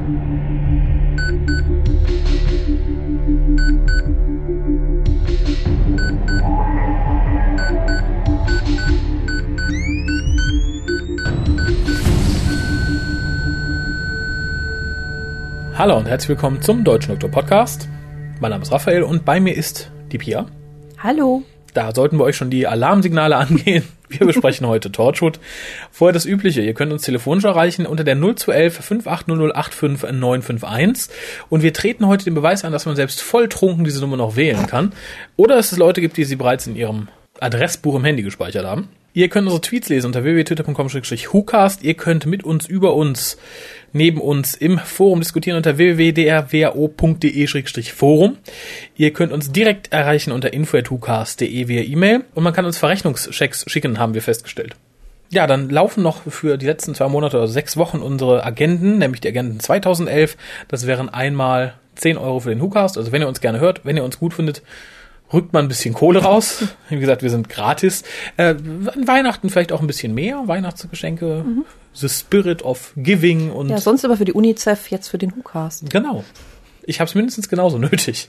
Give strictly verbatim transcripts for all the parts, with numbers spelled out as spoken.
Hallo und herzlich willkommen zum Deutschen Doktor Podcast. Mein Name ist Raphael und bei mir ist die Pia. Hallo. Da sollten wir euch schon die Alarmsignale angehen. Wir besprechen heute Torchwood. Vorher das Übliche, ihr könnt uns telefonisch erreichen unter der null zwei eins fünf acht null null acht fünf neun fünf eins und wir treten heute den Beweis an, dass man selbst volltrunken diese Nummer noch wählen kann oder dass es Leute gibt, die sie bereits in ihrem Adressbuch im Handy gespeichert haben. Ihr könnt unsere Tweets lesen unter w w w punkt twitter punkt com slash whocast. Ihr könnt mit uns, über uns, neben uns im Forum diskutieren unter w w w punkt d r w o punkt d e slash forum. Ihr könnt uns direkt erreichen unter info at whocast punkt d e via E-Mail und man kann uns Verrechnungschecks schicken, haben wir festgestellt. Ja, dann laufen noch für die letzten zwei Monate oder sechs Wochen unsere Agenden, nämlich die Agenden zweitausendelf. Das wären einmal zehn Euro für den WhoCast. Also wenn ihr uns gerne hört, wenn ihr uns gut findet, rückt man ein bisschen Kohle raus. Wie gesagt, wir sind gratis. Äh, an Weihnachten vielleicht auch ein bisschen mehr. Weihnachtsgeschenke, mhm. The Spirit of Giving. Und ja, sonst immer für die UNICEF, jetzt für den WhoCast. Genau. Ich habe es mindestens genauso nötig.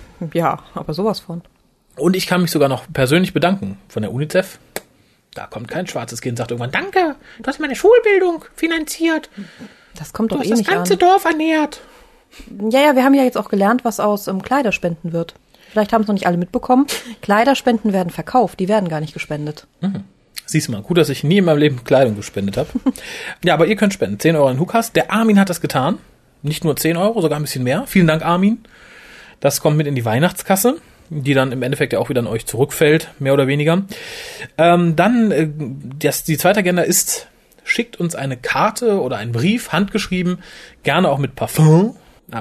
Ja, aber sowas von. Und ich kann mich sogar noch persönlich bedanken von der UNICEF. Da kommt kein schwarzes Kind, sagt irgendwann, danke, du hast meine Schulbildung finanziert. Das kommt du doch hast eh nicht an. das ganze Dorf ernährt. Ja, ja, wir haben ja jetzt auch gelernt, was aus ähm, Kleiderspenden wird. Vielleicht haben es noch nicht alle mitbekommen. Kleiderspenden werden verkauft, die werden gar nicht gespendet. Mhm. Siehst du mal, gut, dass ich nie in meinem Leben Kleidung gespendet habe. Ja, aber ihr könnt spenden. zehn Euro in WhoCast. Der Armin hat das getan. Nicht nur zehn Euro, sogar ein bisschen mehr. Vielen Dank, Armin. Das kommt mit in die Weihnachtskasse, die dann im Endeffekt ja auch wieder an euch zurückfällt, mehr oder weniger. Ähm, dann, äh, das, die zweite Agenda ist, schickt uns eine Karte oder einen Brief, handgeschrieben, gerne auch mit Parfum.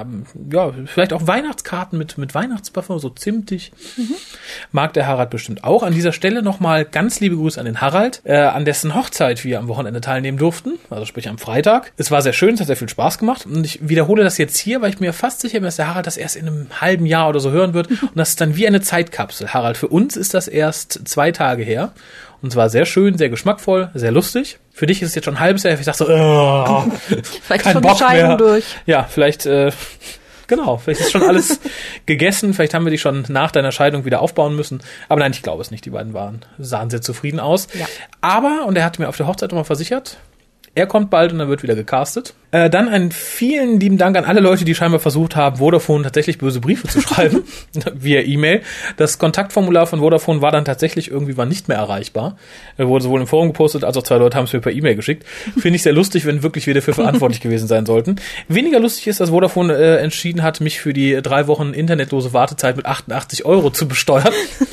Ja, vielleicht auch Weihnachtskarten mit, mit Weihnachtsparfum, so zimtig. Mhm. Mag der Harald bestimmt auch. An dieser Stelle nochmal ganz liebe Grüße an den Harald, äh, an dessen Hochzeit wir am Wochenende teilnehmen durften, also sprich am Freitag. Es war sehr schön, es hat sehr viel Spaß gemacht und ich wiederhole das jetzt hier, weil ich mir fast sicher bin, dass der Harald das erst in einem halben Jahr oder so hören wird und das ist dann wie eine Zeitkapsel. Harald, für uns ist das erst zwei Tage her und zwar sehr schön, sehr geschmackvoll, sehr lustig. Für dich ist es jetzt schon ein halbes Jahr. Ich sag so, oh, vielleicht kein schon Bock die Scheidung mehr. Durch. Ja, vielleicht, äh, genau, vielleicht ist schon alles gegessen. Vielleicht haben wir dich schon nach deiner Scheidung wieder aufbauen müssen. Aber nein, ich glaube es nicht. Die beiden waren, sahen sehr zufrieden aus. Ja. Aber, und er hat mir auf der Hochzeit nochmal versichert, er kommt bald und dann wird wieder gecastet. Äh, dann einen vielen lieben Dank an alle Leute, die scheinbar versucht haben, Vodafone tatsächlich böse Briefe zu schreiben, via E-Mail. Das Kontaktformular von Vodafone war dann tatsächlich irgendwann nicht mehr erreichbar. Er wurde sowohl im Forum gepostet, als auch zwei Leute haben es mir per E-Mail geschickt. Finde ich sehr lustig, wenn wirklich wir dafür verantwortlich gewesen sein sollten. Weniger lustig ist, dass Vodafone äh, entschieden hat, mich für die drei Wochen internetlose Wartezeit mit achtundachtzig Euro zu besteuern.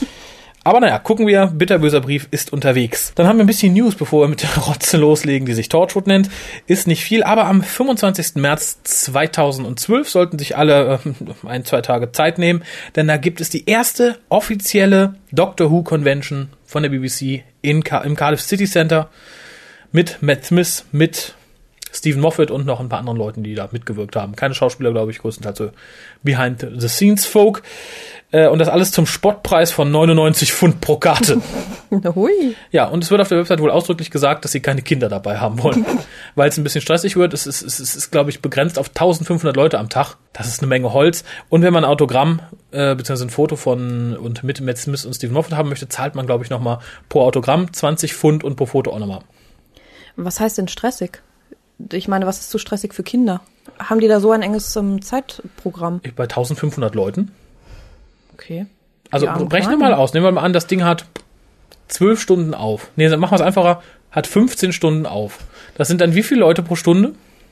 Aber naja, gucken wir, bitterböser Brief ist unterwegs. Dann haben wir ein bisschen News, bevor wir mit der Rotze loslegen, die sich Torchwood nennt. Ist nicht viel, aber am fünfundzwanzigsten März zweitausendzwölf sollten sich alle äh, ein, zwei Tage Zeit nehmen, denn da gibt es die erste offizielle Doctor Who Convention von der B B C in Car- im Cardiff City Centre mit Matt Smith, mit Stephen Moffat und noch ein paar anderen Leuten, die da mitgewirkt haben. Keine Schauspieler, glaube ich, größtenteils so Behind-the-Scenes-Folk. Äh, und das alles zum Spottpreis von neunundneunzig Pfund pro Karte. Hui. Ja, und es wird auf der Website wohl ausdrücklich gesagt, dass sie keine Kinder dabei haben wollen. Weil es ein bisschen stressig wird. Es ist, es ist, es ist glaube ich, begrenzt auf eintausendfünfhundert Leute am Tag. Das ist eine Menge Holz. Und wenn man ein Autogramm, äh, beziehungsweise ein Foto von und mit Matt Smith und Stephen Moffat haben möchte, zahlt man, glaube ich, nochmal pro Autogramm zwanzig Pfund und pro Foto auch nochmal. Was heißt denn stressig? Ich meine, was ist zu stressig für Kinder? Haben die da so ein enges um, Zeitprogramm? Bei eintausendfünfhundert Leuten. Okay. Also rechne mal aus. Nehmen wir mal an, das Ding hat zwölf Stunden auf. Nee, dann machen wir es einfacher. Hat fünfzehn Stunden auf. Das sind dann wie viele Leute pro Stunde?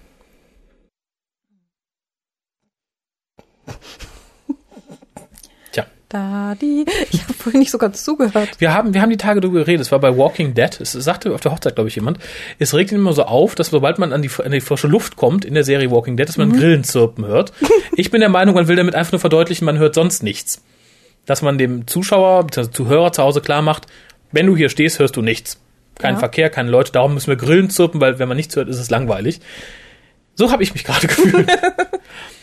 Tja. Da die. Ich habe vorhin nicht so ganz zugehört. Wir haben, wir haben die Tage darüber geredet. Es war bei Walking Dead. Es sagte auf der Hochzeit, glaube ich, jemand. Es regt ihn immer so auf, dass sobald man an die, an die frische Luft kommt in der Serie Walking Dead, dass man mhm. Grillen zirpen hört. Ich bin der Meinung, man will damit einfach nur verdeutlichen, man hört sonst nichts. Dass man dem Zuschauer, bzw. Zuhörer zu Hause klar macht, wenn du hier stehst, hörst du nichts. Kein ja. Verkehr, keine Leute. Darum müssen wir Grillen zirpen, weil wenn man nichts hört, ist es langweilig. So habe ich mich gerade gefühlt.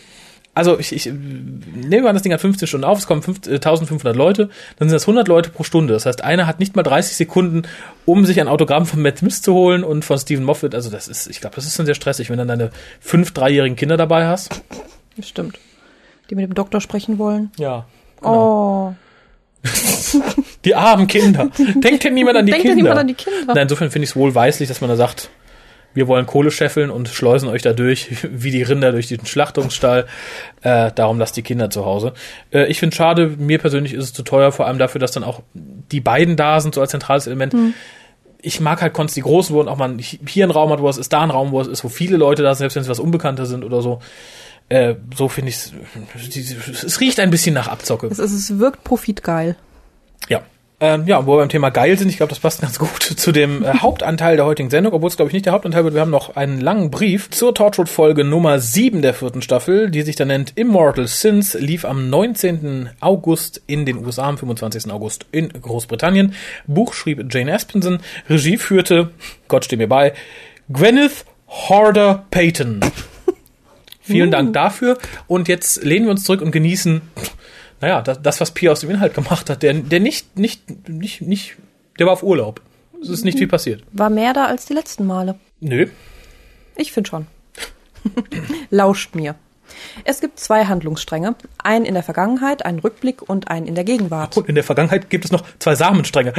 Also ich, ich nehme an, das Ding hat fünfzehn Stunden auf, es kommen eintausendfünfhundert Leute, dann sind das hundert Leute pro Stunde. Das heißt, einer hat nicht mal dreißig Sekunden, um sich ein Autogramm von Matt Smith zu holen und von Stephen Moffat. Also das ist, ich glaube, das ist dann sehr stressig, wenn du dann deine fünf, dreijährigen Kinder dabei hast. Das stimmt. Die mit dem Doktor sprechen wollen. Ja. Genau. Oh. Die armen Kinder. Denkt denn niemand an die Denkt Kinder? Denkt niemand an die Kinder? Na, insofern finde ich es wohlweislich, dass man da sagt, wir wollen Kohle scheffeln und schleusen euch da durch, wie die Rinder durch den Schlachtungsstall. Äh, darum lasst die Kinder zu Hause. Äh, ich finde es schade, mir persönlich ist es zu teuer, vor allem dafür, dass dann auch die beiden da sind, so als zentrales Element. Hm. Ich mag halt Cons, die groß wurden, auch mal hier ein Raum hat, wo es ist, da ein Raum, wo es ist, wo viele Leute da sind, selbst wenn es was Unbekannter sind oder so. Äh, so finde ich es, es riecht ein bisschen nach Abzocke. Es, ist, es wirkt profitgeil. Ja. Ähm, ja, wo wir beim Thema geil sind, ich glaube, das passt ganz gut zu dem äh, Hauptanteil der heutigen Sendung, obwohl es, glaube ich, nicht der Hauptanteil wird. Wir haben noch einen langen Brief zur Torchwood-Folge Nummer sieben der vierten Staffel, die sich dann nennt Immortal Sins, lief am neunzehnten August in den U S A, am fünfundzwanzigsten August in Großbritannien. Buch schrieb Jane Espenson, Regie führte, Gott steh mir bei, Gwyneth Horder Payton. Vielen uh. Dank dafür. Und jetzt lehnen wir uns zurück und genießen... Naja, das, das, was Pia aus dem Inhalt gemacht hat, der, der nicht, nicht, nicht, nicht, der war auf Urlaub. Es ist nicht viel passiert. War mehr da als die letzten Male. Nö. Ich finde schon. Lauscht mir. Es gibt zwei Handlungsstränge. Einen in der Vergangenheit, einen Rückblick und einen in der Gegenwart. Und in der Vergangenheit gibt es noch zwei Samenstränge.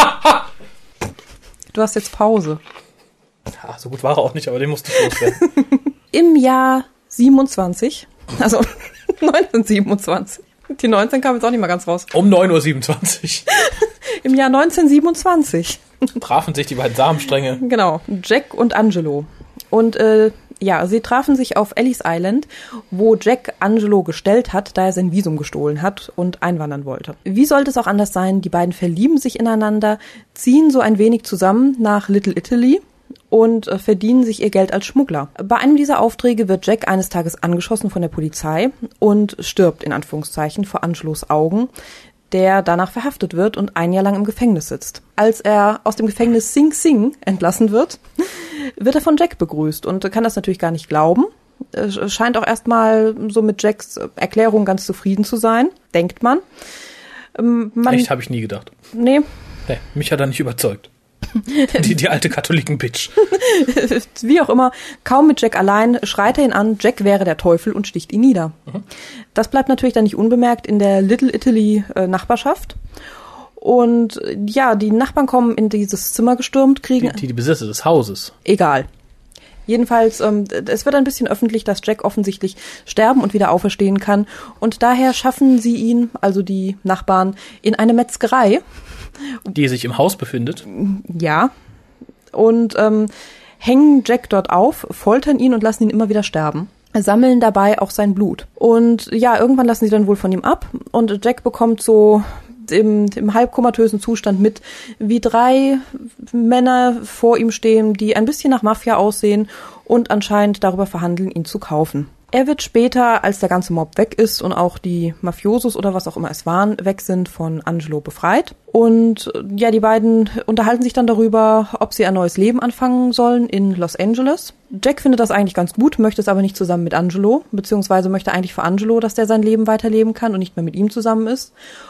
Du hast jetzt Pause. Ja, so gut war er auch nicht, aber den musste ich loswerden. Im Jahr siebenundzwanzig, also neunzehnhundertsiebenundzwanzig, die neunzehn kam jetzt auch nicht mal ganz raus. Um neun Uhr siebenundzwanzig. Im Jahr neunzehnhundertsiebenundzwanzig. Trafen sich die beiden Samenstränge. Genau, Jack und Angelo. Und äh, ja, sie trafen sich auf Ellis Island, wo Jack Angelo gestellt hat, da er sein Visum gestohlen hat und einwandern wollte. Wie sollte es auch anders sein? Die beiden verlieben sich ineinander, ziehen so ein wenig zusammen nach Little Italy und äh, verdienen sich ihr Geld als Schmuggler. Bei einem dieser Aufträge wird Jack eines Tages angeschossen von der Polizei und stirbt in Anführungszeichen vor Angelos Augen, der danach verhaftet wird und ein Jahr lang im Gefängnis sitzt. Als er aus dem Gefängnis Sing Sing entlassen wird, wird er von Jack begrüßt und kann das natürlich gar nicht glauben. Er scheint auch erstmal so mit Jacks Erklärung ganz zufrieden zu sein, denkt man. man Echt, habe ich nie gedacht. Nee. Nee, mich hat er nicht überzeugt. Die, die alte Katholiken-Bitch. Wie auch immer, kaum mit Jack allein schreit er ihn an, Jack wäre der Teufel und sticht ihn nieder. Mhm. Das bleibt natürlich dann nicht unbemerkt in der Little Italy äh, Nachbarschaft. Und ja, die Nachbarn kommen in dieses Zimmer gestürmt, kriegen... Die, die, die Besitzer des Hauses. Egal. Jedenfalls, ähm, es wird ein bisschen öffentlich, dass Jack offensichtlich sterben und wieder auferstehen kann. Und daher schaffen sie ihn, also die Nachbarn, in eine Metzgerei. Die sich im Haus befindet. Ja. Und ähm, hängen Jack dort auf, foltern ihn und lassen ihn immer wieder sterben. Sammeln dabei auch sein Blut. Und ja, irgendwann lassen sie dann wohl von ihm ab. Und Jack bekommt so im, im halbkomatösen Zustand mit, wie drei Männer vor ihm stehen, die ein bisschen nach Mafia aussehen und anscheinend darüber verhandeln, ihn zu kaufen. Er wird später, als der ganze Mob weg ist und auch die Mafiosos oder was auch immer es waren, weg sind, von Angelo befreit. Und ja, die beiden unterhalten sich dann darüber, ob sie ein neues Leben anfangen sollen in Los Angeles. Jack findet das eigentlich ganz gut, möchte es aber nicht zusammen mit Angelo, beziehungsweise möchte eigentlich für Angelo, dass der sein Leben weiterleben kann und nicht mehr mit ihm zusammen ist.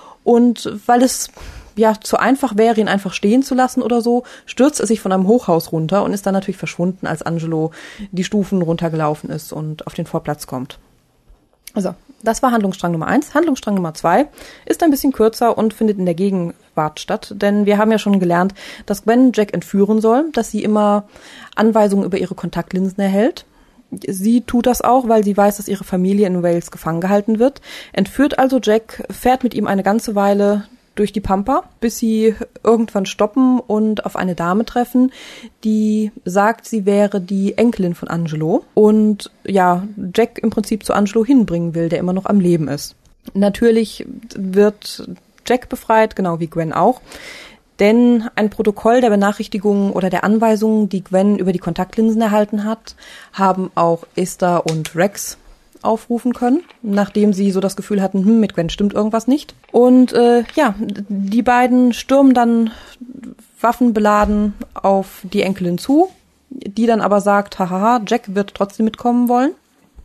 Und weil es ja zu einfach wäre, ihn einfach stehen zu lassen oder so, stürzt er sich von einem Hochhaus runter und ist dann natürlich verschwunden, als Angelo die Stufen runtergelaufen ist und auf den Vorplatz kommt. Also, das war Handlungsstrang Nummer eins. Handlungsstrang Nummer zwei ist ein bisschen kürzer und findet in der Gegenwart statt, denn wir haben ja schon gelernt, dass Gwen Jack entführen soll, dass sie immer Anweisungen über ihre Kontaktlinsen erhält. Sie tut das auch, weil sie weiß, dass ihre Familie in Wales gefangen gehalten wird, entführt also Jack, fährt mit ihm eine ganze Weile durch die Pampa, bis sie irgendwann stoppen und auf eine Dame treffen, die sagt, sie wäre die Enkelin von Angelo und ja, Jack im Prinzip zu Angelo hinbringen will, der immer noch am Leben ist. Natürlich wird Jack befreit, genau wie Gwen auch, denn ein Protokoll der Benachrichtigungen oder der Anweisungen, die Gwen über die Kontaktlinsen erhalten hat, haben auch Esther und Rex aufrufen können, nachdem sie so das Gefühl hatten, hm, mit Gwen stimmt irgendwas nicht. Und äh, ja, die beiden stürmen dann waffenbeladen auf die Enkelin zu, die dann aber sagt, hahaha, Jack wird trotzdem mitkommen wollen.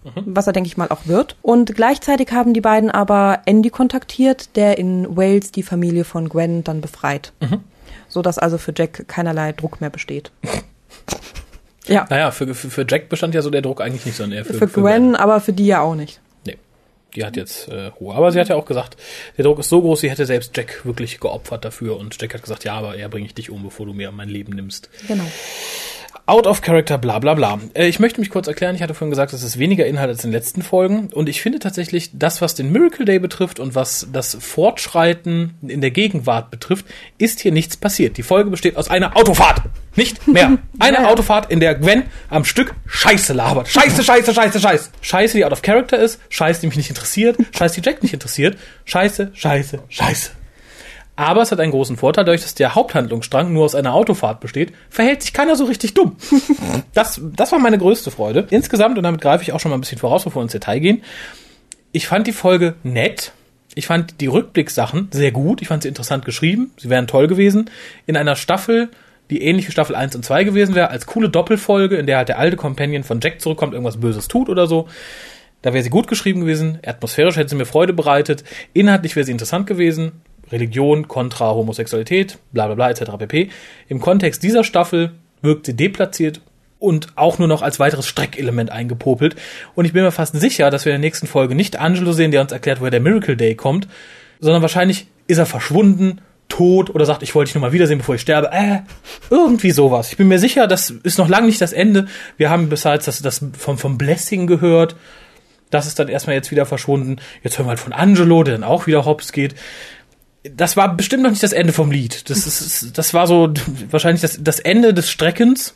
mhm. was er, denke ich mal, auch wird. Und gleichzeitig haben die beiden aber Andy kontaktiert, der in Wales die Familie von Gwen dann befreit. Mhm. Sodass also für Jack keinerlei Druck mehr besteht. Ja. Naja, für, für, für Jack bestand ja so der Druck eigentlich nicht, sondern eher für, für, für Gwen, Gwen, aber für die ja auch nicht. Nee, die hat jetzt äh, Ruhe. Aber sie hat ja auch gesagt, der Druck ist so groß, sie hätte selbst Jack wirklich geopfert dafür. Und Jack hat gesagt, ja, aber eher bringe ich dich um, bevor du mir mein Leben nimmst. Genau. Out of Character, bla bla bla. Äh, ich möchte mich kurz erklären, ich hatte vorhin gesagt, es ist weniger Inhalt als in den letzten Folgen. Und ich finde tatsächlich, das, was den Miracle Day betrifft und was das Fortschreiten in der Gegenwart betrifft, ist hier nichts passiert. Die Folge besteht aus einer Autofahrt. Nicht mehr. Eine ja, ja. Autofahrt, in der Gwen am Stück Scheiße labert. Scheiße, Scheiße, Scheiße, Scheiße. Scheiße, die out of Character ist. Scheiße, die mich nicht interessiert. Scheiße, die Jack nicht interessiert. Scheiße, Scheiße, Scheiße. Aber es hat einen großen Vorteil, dadurch, dass der Haupthandlungsstrang nur aus einer Autofahrt besteht, verhält sich keiner so richtig dumm. Das, das war meine größte Freude. Insgesamt, und damit greife ich auch schon mal ein bisschen voraus, bevor wir ins Detail gehen, ich fand die Folge nett. Ich fand die Rückblickssachen sehr gut. Ich fand sie interessant geschrieben. Sie wären toll gewesen. In einer Staffel, die ähnlich wie Staffel eins und zwei gewesen wäre, als coole Doppelfolge, in der halt der alte Companion von Jack zurückkommt, irgendwas Böses tut oder so. Da wäre sie gut geschrieben gewesen. Atmosphärisch hätte sie mir Freude bereitet. Inhaltlich wäre sie interessant gewesen. Religion kontra Homosexualität, bla bla bla et cetera pp. Im Kontext dieser Staffel wirkt sie deplatziert und auch nur noch als weiteres Streckelement eingepopelt. Und ich bin mir fast sicher, dass wir in der nächsten Folge nicht Angelo sehen, der uns erklärt, woher der Miracle Day kommt, sondern wahrscheinlich ist er verschwunden, tot oder sagt, ich wollte dich nur mal wiedersehen, bevor ich sterbe. Äh, irgendwie sowas. Ich bin mir sicher, das ist noch lange nicht das Ende. Wir haben bereits das, das vom, vom Blessing gehört. Das ist dann erstmal jetzt wieder verschwunden. Jetzt hören wir halt von Angelo, der dann auch wieder hops geht. Das war bestimmt noch nicht das Ende vom Lied. Das ist, das war so wahrscheinlich das, das Ende des Streckens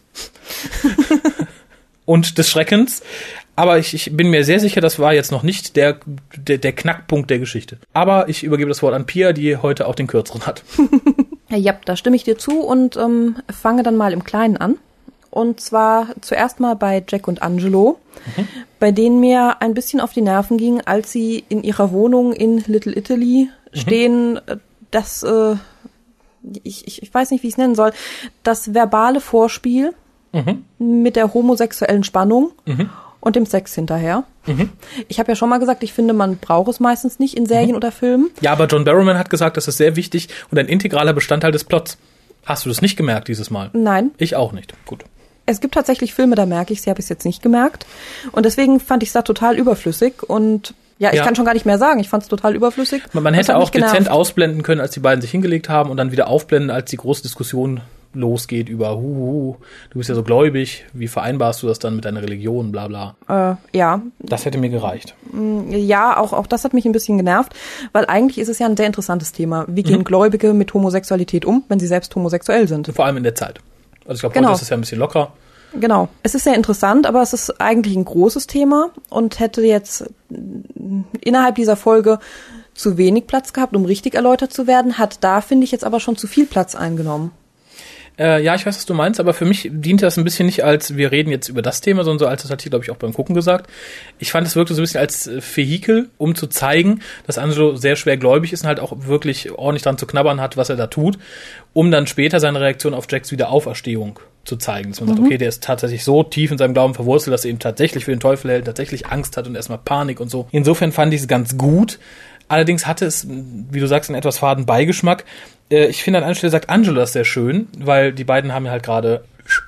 und des Schreckens. Aber ich, ich bin mir sehr sicher, das war jetzt noch nicht der, der, der Knackpunkt der Geschichte. Aber ich übergebe das Wort an Pia, die heute auch den kürzeren hat. Ja, da stimme ich dir zu und ähm, fange dann mal im Kleinen an. Und zwar zuerst mal bei Jack und Angelo, mhm. bei denen mir ein bisschen auf die Nerven ging, als sie in ihrer Wohnung in Little Italy mhm. stehen, das, äh, ich, ich, ich weiß nicht, wie ich es nennen soll, das verbale Vorspiel mhm. mit der homosexuellen Spannung mhm. und dem Sex hinterher. Mhm. Ich habe ja schon mal gesagt, ich finde, man braucht es meistens nicht in Serien mhm. oder Filmen. Ja, aber John Barrowman hat gesagt, das ist sehr wichtig und ein integraler Bestandteil des Plots. Hast du das nicht gemerkt dieses Mal? Nein. Ich auch nicht. Gut. Es gibt tatsächlich Filme, da merke ich sie, habe ich es jetzt nicht gemerkt. Und deswegen fand ich es da total überflüssig. Und ja, ich ja. kann schon gar nicht mehr sagen. Ich fand es total überflüssig. Man, man hätte auch dezent ausblenden können, als die beiden sich hingelegt haben und dann wieder aufblenden, als die große Diskussion losgeht über, hu, hu, du bist ja so gläubig, wie vereinbarst du das dann mit deiner Religion, bla bla. Äh, ja. Das hätte mir gereicht. Ja, auch, auch das hat mich ein bisschen genervt, weil eigentlich ist es ja ein sehr interessantes Thema. Wie gehen mhm. Gläubige mit Homosexualität um, wenn sie selbst homosexuell sind? Vor allem in der Zeit. Also ich glaube, genau. heute ist es ja ein bisschen locker. Genau. Es ist sehr interessant, aber es ist eigentlich ein großes Thema und hätte jetzt innerhalb dieser Folge zu wenig Platz gehabt, um richtig erläutert zu werden, hat da, finde ich, jetzt aber schon zu viel Platz eingenommen. Äh, ja, ich weiß, was du meinst, aber für mich dient das ein bisschen nicht als, wir reden jetzt über das Thema, sondern so als, das hatte ich, glaube ich, auch beim Gucken gesagt. Ich fand, es wirkte so ein bisschen als Vehikel, um zu zeigen, dass Angelo sehr schwer gläubig ist und halt auch wirklich ordentlich dran zu knabbern hat, was er da tut, um dann später seine Reaktion auf Jacks Wiederauferstehung zu zeigen. Dass man mhm. sagt, okay, der ist tatsächlich so tief in seinem Glauben verwurzelt, dass er eben tatsächlich für den Teufel hält, tatsächlich Angst hat und erstmal Panik und so. Insofern fand ich es ganz gut. Allerdings hatte es, wie du sagst, einen etwas faden Beigeschmack. Ich finde, an einer Stelle sagt Angelo das sehr schön, weil die beiden haben ja halt gerade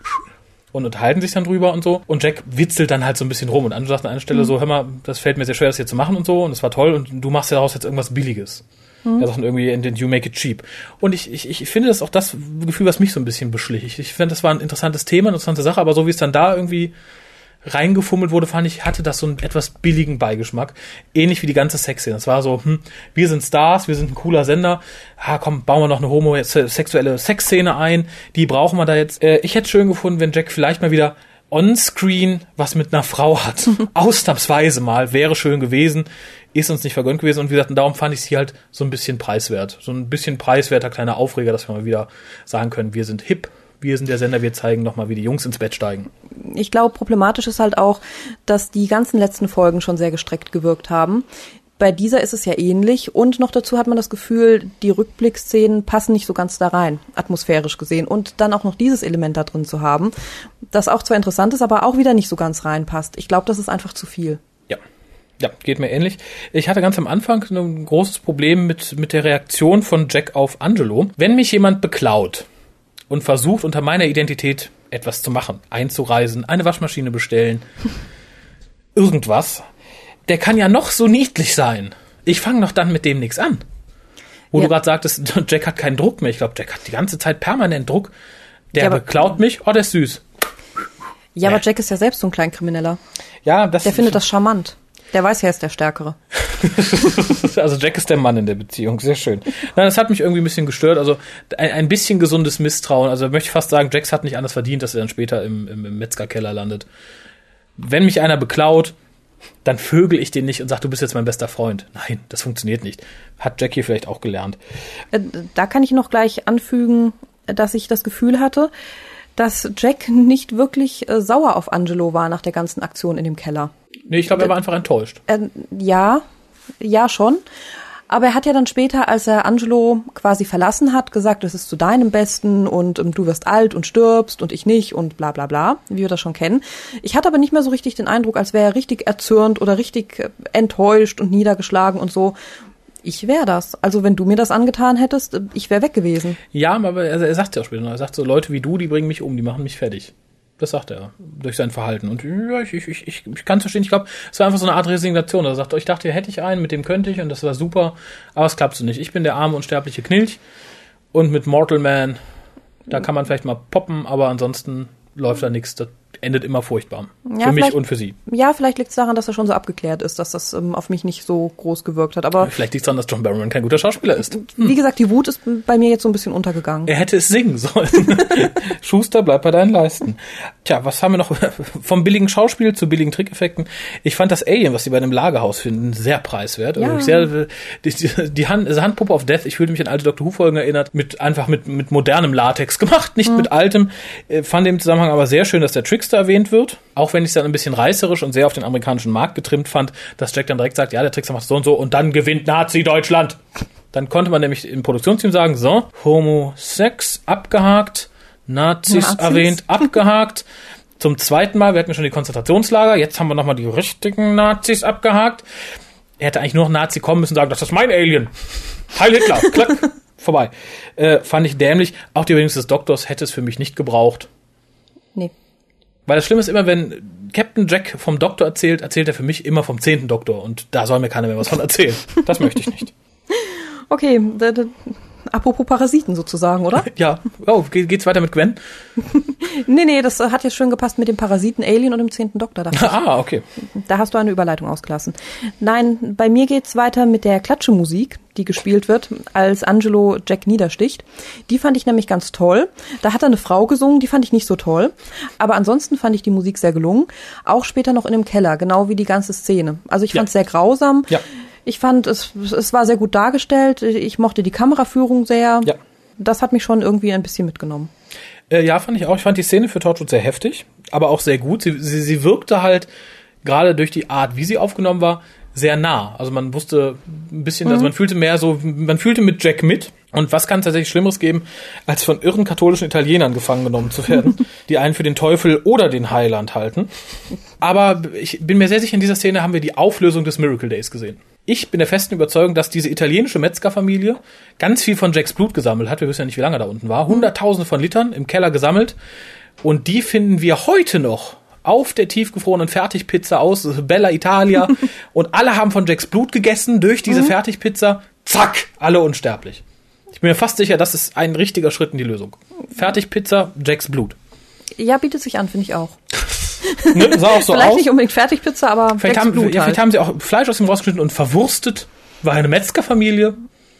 und unterhalten sich dann drüber und so. Und Jack witzelt dann halt so ein bisschen rum. Und Angelo sagt an einer Stelle mhm. so, hör mal, das fällt mir sehr schwer, das hier zu machen und so. Und das war toll. Und du machst ja daraus jetzt irgendwas Billiges. Mhm. Er sagt dann irgendwie, and you make it cheap. Und ich, ich, ich finde, das ist auch das Gefühl, was mich so ein bisschen beschlich. Ich, ich finde, das war ein interessantes Thema, eine interessante Sache. Aber so wie es dann da irgendwie reingefummelt wurde, fand ich, hatte das so einen etwas billigen Beigeschmack. Ähnlich wie die ganze Sexszene. Das war so, hm, wir sind Stars, wir sind ein cooler Sender. Ah, komm, bauen wir noch eine homosexuelle Sexszene ein. Die brauchen wir da jetzt. Äh, ich hätte schön gefunden, wenn Jack vielleicht mal wieder on-screen was mit einer Frau hat. Ausnahmsweise mal. Wäre schön gewesen. Ist uns nicht vergönnt gewesen. Und wie gesagt, darum fand ich sie halt so ein bisschen preiswert. So ein bisschen preiswerter kleiner Aufreger, dass wir mal wieder sagen können, wir sind hip. Wir sind der Sender, wir zeigen nochmal, wie die Jungs ins Bett steigen. Ich glaube, problematisch ist halt auch, dass die ganzen letzten Folgen schon sehr gestreckt gewirkt haben. Bei dieser ist es ja ähnlich und noch dazu hat man das Gefühl, die Rückblickszenen passen nicht so ganz da rein, atmosphärisch gesehen. Und dann auch noch dieses Element da drin zu haben, das auch zwar interessant ist, aber auch wieder nicht so ganz reinpasst. Ich glaube, das ist einfach zu viel. Ja. Ja, geht mir ähnlich. Ich hatte ganz am Anfang ein großes Problem mit, mit der Reaktion von Jack auf Angelo. Wenn mich jemand beklaut und versucht, unter meiner Identität etwas zu machen, einzureisen, eine Waschmaschine bestellen, irgendwas, der kann ja noch so niedlich sein. Ich fange doch dann mit dem nichts an. Wo ja. du gerade sagtest, Jack hat keinen Druck mehr. Ich glaube, Jack hat die ganze Zeit permanent Druck. Der ja, beklaut mich, oh, der ist süß. Ja, nee. Aber Jack ist ja selbst so ein Kleinkrimineller. Ja, das der findet das charmant. Der weiß ja, er ist der Stärkere. Also Jack ist der Mann in der Beziehung, sehr schön. Nein, das hat mich irgendwie ein bisschen gestört. Also ein, ein bisschen gesundes Misstrauen. Also möchte ich fast sagen, Jax hat nicht anders verdient, dass er dann später im, im, im Metzgerkeller landet. Wenn mich einer beklaut, dann vögel ich den nicht und sag, du bist jetzt mein bester Freund. Nein, das funktioniert nicht. Hat Jack hier vielleicht auch gelernt. Da kann ich noch gleich anfügen, dass ich das Gefühl hatte, dass Jack nicht wirklich äh, sauer auf Angelo war nach der ganzen Aktion in dem Keller. Nee, ich glaube, er war einfach enttäuscht. Äh, ja, ja schon. Aber er hat ja dann später, als er Angelo quasi verlassen hat, gesagt, es ist zu deinem Besten und ähm, du wirst alt und stirbst und ich nicht und bla bla bla, wie wir das schon kennen. Ich hatte aber nicht mehr so richtig den Eindruck, als wäre er richtig erzürnt oder richtig äh, enttäuscht und niedergeschlagen und so. Ich wäre das. Also wenn du mir das angetan hättest, ich wäre weg gewesen. Ja, aber er, er sagt ja auch später noch, er sagt so, Leute wie du, die bringen mich um, die machen mich fertig. Das sagt er durch sein Verhalten. Und ja, ich, ich, ich, ich kann es verstehen. Ich glaube, es war einfach so eine Art Resignation. Er sagt, ich dachte, hätte ich einen, mit dem könnte ich und das war super, aber es klappt so nicht. Ich bin der arme, unsterbliche Knilch und mit Mortal Man, da kann man vielleicht mal poppen, aber ansonsten läuft da nichts. Das endet immer furchtbar. Ja, für mich und für sie. Ja, vielleicht liegt es daran, dass er schon so abgeklärt ist, dass das ähm, auf mich nicht so groß gewirkt hat. Aber vielleicht liegt es daran, dass John Barrowman kein guter Schauspieler ist. Hm. Wie gesagt, die Wut ist bei mir jetzt so ein bisschen untergegangen. Er hätte es singen sollen. Schuster, bleib bei deinen Leisten. Tja, was haben wir noch? Vom billigen Schauspiel zu billigen Trickeffekten. Ich fand das Alien, was sie bei einem Lagerhaus finden, sehr preiswert. Ja. Also sehr, die, die, die Hand, also Handpuppe of Death, ich fühlte mich an alte Doctor Who-Folgen erinnert, mit einfach mit, mit modernem Latex gemacht, nicht hm. mit altem. Fand im Zusammenhang aber sehr schön, dass der Trickster erwähnt wird. Auch wenn ich es dann ein bisschen reißerisch und sehr auf den amerikanischen Markt getrimmt fand, dass Jack dann direkt sagt, ja, der Trickster macht so und so und dann gewinnt Nazi-Deutschland. Dann konnte man nämlich im Produktionsteam sagen, so, Homo-Sex abgehakt, Nazis, Nazis erwähnt, abgehakt. Zum zweiten Mal, wir hatten schon die Konzentrationslager, jetzt haben wir nochmal die richtigen Nazis abgehakt. Er hätte eigentlich nur noch Nazi kommen müssen und sagen, das ist mein Alien. Heil Hitler, klack, vorbei. Äh, fand ich dämlich. Auch die Übrigens des Doktors hätte es für mich nicht gebraucht. Nee. Weil das Schlimme ist immer, wenn Captain Jack vom Doktor erzählt, erzählt er für mich immer vom zehnten Doktor. Und da soll mir keiner mehr was von erzählen. Das möchte ich nicht. Okay, d- d- apropos Parasiten sozusagen, oder? Ja. Oh, ge- geht's weiter mit Gwen? nee, nee, das hat jetzt schön gepasst mit dem Parasiten Alien und dem zehnten Doktor. Ah, okay. Da hast du eine Überleitung ausgelassen. Nein, bei mir geht's weiter mit der Klatschemusik, die gespielt wird, als Angelo Jack niedersticht. Die fand ich nämlich ganz toll. Da hat er eine Frau gesungen, die fand ich nicht so toll. Aber ansonsten fand ich die Musik sehr gelungen. Auch später noch in dem Keller, genau wie die ganze Szene. Also ich fand es ja. sehr grausam. Ja. Ich fand, es, es war sehr gut dargestellt. Ich mochte die Kameraführung sehr. Ja. Das hat mich schon irgendwie ein bisschen mitgenommen. Äh, ja, fand ich auch. Ich fand die Szene für Torchwood sehr heftig, aber auch sehr gut. Sie, sie, sie wirkte halt, gerade durch die Art, wie sie aufgenommen war, sehr nah. Also man wusste ein bisschen, mhm. also man fühlte mehr so, man fühlte mit Jack mit. Und was kann es tatsächlich Schlimmeres geben, als von irren katholischen Italienern gefangen genommen zu werden, die einen für den Teufel oder den Heiland halten. Aber ich bin mir sehr sicher, in dieser Szene haben wir die Auflösung des Miracle Days gesehen. Ich bin der festen Überzeugung, dass diese italienische Metzgerfamilie ganz viel von Jacks Blut gesammelt hat. Wir wissen ja nicht, wie lange er da unten war. Hunderttausende von Litern im Keller gesammelt. Und die finden wir heute noch auf der tiefgefrorenen Fertigpizza aus Bella Italia. Und alle haben von Jacks Blut gegessen durch diese mhm. Fertigpizza. Zack, alle unsterblich. Ich bin mir fast sicher, das ist ein richtiger Schritt in die Lösung. Fertigpizza, Jacks Blut. Ja, bietet sich an, finde ich auch. Ne, sah auch so Vielleicht aus. nicht unbedingt Fertigpizza, aber vielleicht haben, Blut ja, halt. vielleicht haben sie auch Fleisch aus dem rausgeschnitten und verwurstet. War eine Metzgerfamilie.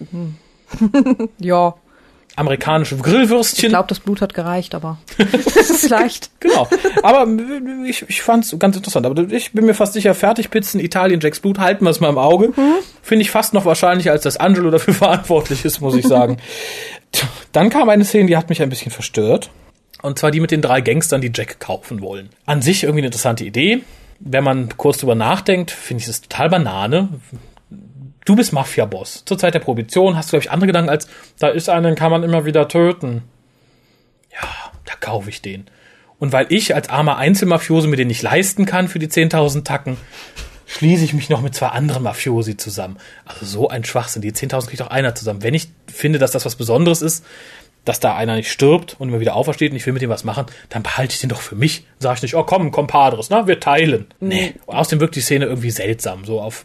Ja. Amerikanische Grillwürstchen. Ich glaube, das Blut hat gereicht, aber es ist leicht. Genau. Aber ich, ich fand es ganz interessant. Aber ich bin mir fast sicher, Fertigpizzen, Italien, Jacks Blut, halten wir es mal im Auge. Mhm. Finde ich fast noch wahrscheinlicher, als dass Angelo dafür verantwortlich ist, muss ich sagen. Dann kam eine Szene, die hat mich ein bisschen verstört. Und zwar die mit den drei Gangstern, die Jack kaufen wollen. An sich irgendwie eine interessante Idee. Wenn man kurz drüber nachdenkt, finde ich es total Banane. Du bist Mafia-Boss. Zur Zeit der Prohibition hast du, glaube ich, andere Gedanken als, da ist einen, kann man immer wieder töten. Ja, da kaufe ich den. Und weil ich als armer Einzelmafiose mir den nicht leisten kann für die zehntausend Tacken, schließe ich mich noch mit zwei anderen Mafiosi zusammen. Also so ein Schwachsinn. Die zehntausend kriegt auch einer zusammen. Wenn ich finde, dass das was Besonderes ist, dass da einer nicht stirbt und immer wieder aufersteht und ich will mit dem was machen, dann behalte ich den doch für mich. Sag ich nicht, oh komm, Compadres, na, wir teilen. Nee. Und außerdem wirkt die Szene irgendwie seltsam, so auf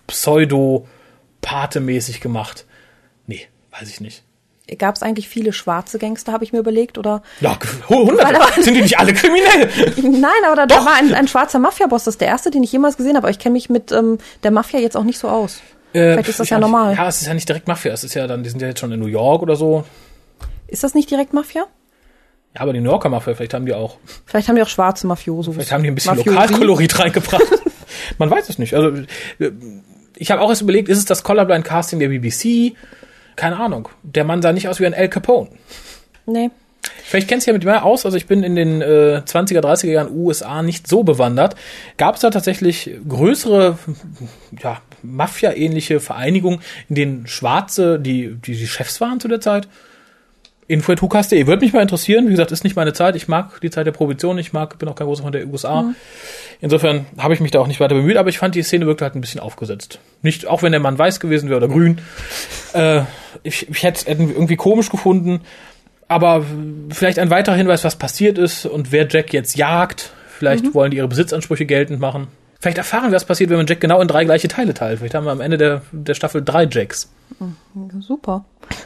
Pseudo-Pate-mäßig gemacht. Nee, weiß ich nicht. Gab es eigentlich viele schwarze Gangster, habe ich mir überlegt, oder? Ja, hundert. Sind die nicht alle kriminell? Nein, aber da, da war ein, ein schwarzer Mafia-Boss, das ist der erste, den ich jemals gesehen habe. Aber ich kenne mich mit ähm, der Mafia jetzt auch nicht so aus. Äh, Vielleicht ist das ja normal. Ja, es ist ja nicht direkt Mafia. Es ist ja dann, die sind ja jetzt schon in New York oder so. Ist das nicht direkt Mafia? Ja, aber die New Yorker Mafia, vielleicht haben die auch. Vielleicht haben die auch schwarze Mafiosos. Vielleicht haben die ein bisschen Mafiosi. Lokalkolorit reingebracht. Man weiß es nicht. Also ich habe auch erst überlegt, ist es das Colorblind Casting der B B C? Keine Ahnung. Der Mann sah nicht aus wie ein Al Capone. Nee. Vielleicht kennst du ja mit mir aus, also ich bin in den äh, zwanziger, dreißiger Jahren U S A nicht so bewandert. Gab es da tatsächlich größere, ja, Mafia-ähnliche Vereinigungen, in denen Schwarze die, die die Chefs waren zu der Zeit? info at hukas punkt de. Würde mich mal interessieren. Wie gesagt, ist nicht meine Zeit. Ich mag die Zeit der Prohibition. Ich mag, bin auch kein großer von der U S A. Mhm. Insofern habe ich mich da auch nicht weiter bemüht, aber ich fand, die Szene wirkte halt ein bisschen aufgesetzt. Nicht, auch wenn der Mann weiß gewesen wäre oder grün. Äh, ich ich hätte es irgendwie komisch gefunden. Aber vielleicht ein weiterer Hinweis, was passiert ist und wer Jack jetzt jagt. Vielleicht mhm. wollen die ihre Besitzansprüche geltend machen. Vielleicht erfahren wir, was passiert, wenn man Jack genau in drei gleiche Teile teilt. Vielleicht haben wir am Ende der, der Staffel drei Jacks. Super.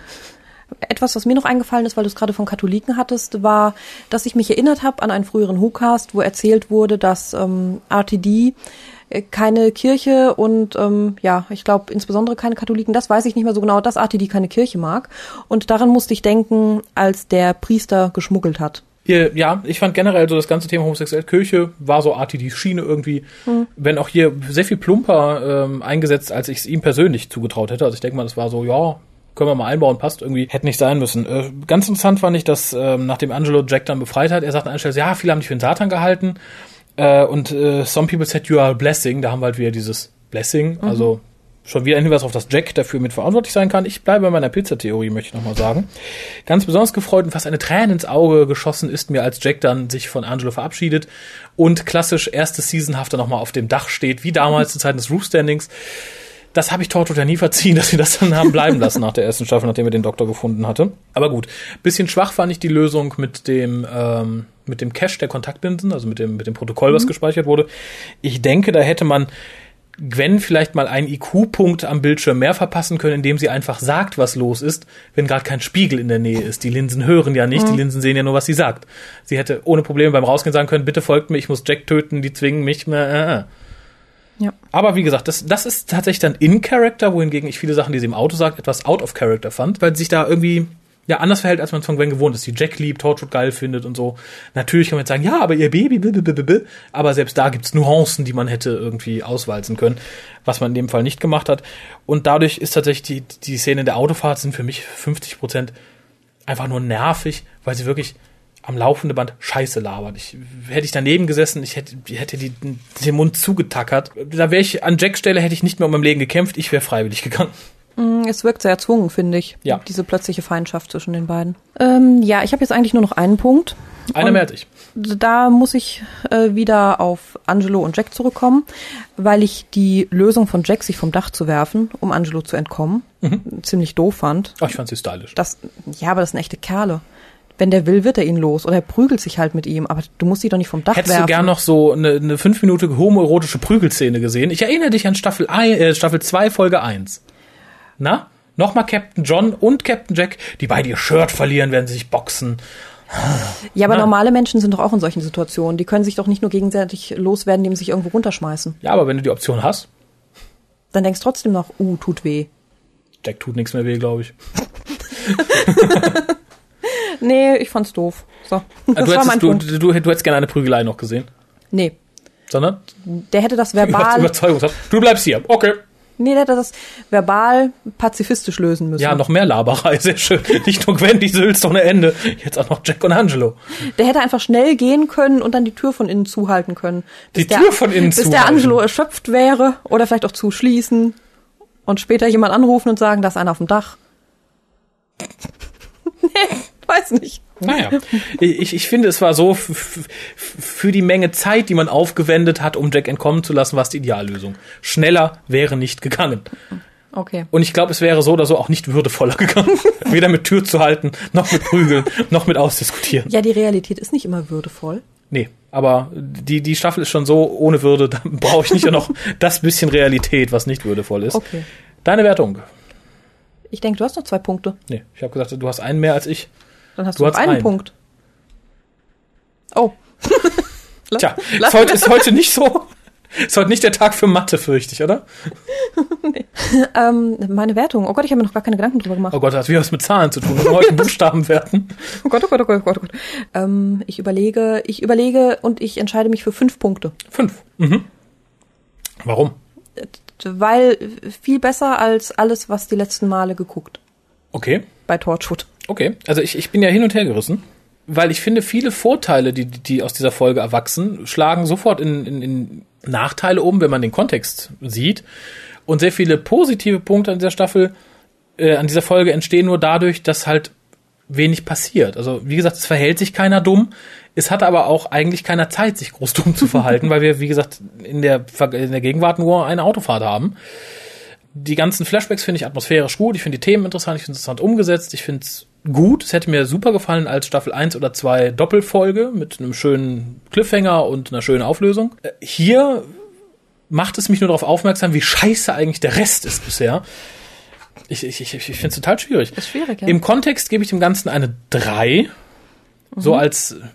Etwas, was mir noch eingefallen ist, weil du es gerade von Katholiken hattest, war, dass ich mich erinnert habe an einen früheren WhoCast, wo erzählt wurde, dass ähm, R T D keine Kirche und ähm, ja, ich glaube insbesondere keine Katholiken, das weiß ich nicht mehr so genau, dass R T D keine Kirche mag. Und daran musste ich denken, als der Priester geschmuggelt hat. Hier, ja, ich fand generell so das ganze Thema homosexuelle Kirche war so R T Ds Schiene irgendwie, hm. wenn auch hier sehr viel plumper ähm, eingesetzt, als ich es ihm persönlich zugetraut hätte. Also ich denke mal, das war so, ja, können wir mal einbauen, passt irgendwie, hätte nicht sein müssen. Äh, ganz interessant fand ich, dass ähm, nachdem Angelo Jack dann befreit hat, er sagt an einer Stelle, ja, viele haben dich für den Satan gehalten äh, und äh, some people said you are a blessing, da haben wir halt wieder dieses Blessing, mhm. also schon wieder ein Hinweis auf, dass Jack dafür mitverantwortlich sein kann. Ich bleibe bei meiner Pizzatheorie, möchte ich nochmal sagen. Ganz besonders gefreut und fast eine Träne ins Auge geschossen ist mir, als Jack dann sich von Angelo verabschiedet und klassisch erste Seasonhafter nochmal auf dem Dach steht, wie damals zu Zeiten des Roof-Standings. Das habe ich Torchwood ja nie verziehen, dass sie das dann haben bleiben lassen nach der ersten Staffel, nachdem er den Doktor gefunden hatte. Aber gut, bisschen schwach fand ich die Lösung mit dem ähm, mit dem Cache der Kontaktlinsen, also mit dem mit dem Protokoll, was mhm. gespeichert wurde. Ich denke, da hätte man Gwen vielleicht mal einen I Q-Punkt am Bildschirm mehr verpassen können, indem sie einfach sagt, was los ist, wenn gerade kein Spiegel in der Nähe ist. Die Linsen hören ja nicht, mhm. die Linsen sehen ja nur, was sie sagt. Sie hätte ohne Probleme beim Rausgehen sagen können, bitte folgt mir, ich muss Jack töten, die zwingen mich. Äh, äh. Ja. Aber wie gesagt, das, das ist tatsächlich dann in Character, wohingegen ich viele Sachen, die sie im Auto sagt, etwas out of Character fand, weil sie sich da irgendwie ja anders verhält, als man es von Gwen gewohnt ist. Die Jack liebt, Torchwood geil findet und so. Natürlich kann man jetzt sagen, ja, aber ihr Baby, blablabla. Aber selbst da gibt's Nuancen, die man hätte irgendwie auswalzen können, was man in dem Fall nicht gemacht hat. Und dadurch ist tatsächlich die, die Szene der Autofahrt sind für mich fünfzig Prozent einfach nur nervig, weil sie wirklich am laufenden Band Scheiße labert. Ich, hätte ich daneben gesessen, ich hätte, hätte die, den Mund zugetackert. Da wäre ich, an Jacks Stelle hätte ich nicht mehr um mein Leben gekämpft, ich wäre freiwillig gegangen. Es wirkt sehr erzwungen, finde ich. Ja. Diese plötzliche Feindschaft zwischen den beiden. Ähm, ja, ich habe jetzt eigentlich nur noch einen Punkt. Einer mehr als ich. Da muss ich äh, wieder auf Angelo und Jack zurückkommen, weil ich die Lösung von Jack, sich vom Dach zu werfen, um Angelo zu entkommen, mhm. ziemlich doof fand. Ach, ich fand sie stylisch. Das, ja, aber das sind echte Kerle. Wenn der will, wird er ihn los. Oder er prügelt sich halt mit ihm. Aber du musst sie doch nicht vom Dach Hättest werfen. Hättest du gern noch so eine, eine fünfminütige homoerotische Prügelszene gesehen? Ich erinnere dich an Staffel ein, äh, Staffel zwei, Folge eins. Na? Nochmal Captain John und Captain Jack, die beide ihr Shirt verlieren, werden sie sich boxen. Ja, aber Na. normale Menschen sind doch auch in solchen Situationen. Die können sich doch nicht nur gegenseitig loswerden, indem sie sich irgendwo runterschmeißen. Ja, aber wenn du die Option hast. Dann denkst du trotzdem noch, uh, tut weh. Jack tut nichts mehr weh, glaube ich. Nee, ich fand's doof. So, das du, war hättest, mein du, Punkt. Du, du, du hättest gerne eine Prügelei noch gesehen. Nee. Sondern? Der hätte das verbal... Überzeugungshaft. Du bleibst hier. Okay. Nee, der hätte das verbal pazifistisch lösen müssen. Ja, noch mehr Laberei, sehr schön. Nicht nur Gwen, die sülzt doch eine Ende. Jetzt auch noch Jack und Angelo. Der hätte einfach schnell gehen können und dann die Tür von innen zuhalten können. Die der, Tür von innen bis zuhalten? Bis der Angelo erschöpft wäre oder vielleicht auch zuschließen und später jemand anrufen und sagen, da ist einer auf dem Dach. Nee, weiß nicht. Naja, ich, ich finde, es war so, f- f- für die Menge Zeit, die man aufgewendet hat, um Jack entkommen zu lassen, war es die Ideallösung. Schneller wäre nicht gegangen. Okay. Und ich glaube, es wäre so oder so auch nicht würdevoller gegangen. Weder mit Tür zu halten, noch mit Prügeln, noch mit Ausdiskutieren. Ja, die Realität ist nicht immer würdevoll. Nee, aber die, die Staffel ist schon so ohne Würde, da brauche ich nicht noch das bisschen Realität, was nicht würdevoll ist. Okay. Deine Wertung? Ich denke, du hast noch zwei Punkte. Nee, ich habe gesagt, du hast einen mehr als ich. Dann hast Du du, noch hast einen, einen. Punkt. Oh. Lass- Tja, lass- ist heute, ist heute nicht so. Ist heute nicht der Tag für Mathe, fürchte ich, oder? ähm, meine Wertung. Oh Gott, ich habe mir noch gar keine Gedanken drüber gemacht. Oh Gott, das hat wieder was mit Zahlen zu tun. Wir heute Buchstaben werten. Oh Gott, oh Gott, oh Gott, oh Gott, oh Gott. Ähm, ich überlege, ich überlege und ich entscheide mich für fünf Punkte. Fünf. Mhm. Warum? Weil viel besser als alles, was die letzten Male geguckt. Okay. Bei Torchwood. Okay. Also ich, ich bin ja hin und her gerissen, weil ich finde, viele Vorteile, die, die aus dieser Folge erwachsen, schlagen sofort in, in, in Nachteile um, wenn man den Kontext sieht. Und sehr viele positive Punkte an dieser Staffel, äh, an dieser Folge entstehen nur dadurch, dass halt wenig passiert. Also wie gesagt, es verhält sich keiner dumm. Es hat aber auch eigentlich keiner Zeit, sich groß dumm zu verhalten, weil wir, wie gesagt, in der, in der Gegenwart nur eine Autofahrt haben. Die ganzen Flashbacks finde ich atmosphärisch gut. Ich finde die Themen interessant. Ich finde es interessant umgesetzt. Ich finde es gut. Es hätte mir super gefallen als Staffel eins oder zwei Doppelfolge mit einem schönen Cliffhanger und einer schönen Auflösung. Äh, Hier macht es mich nur darauf aufmerksam, wie scheiße eigentlich der Rest ist bisher. Ich, ich, ich, ich finde es total schwierig. Ist schwierig, ja. Im Kontext gebe ich dem Ganzen eine drei. Mhm. So als äh,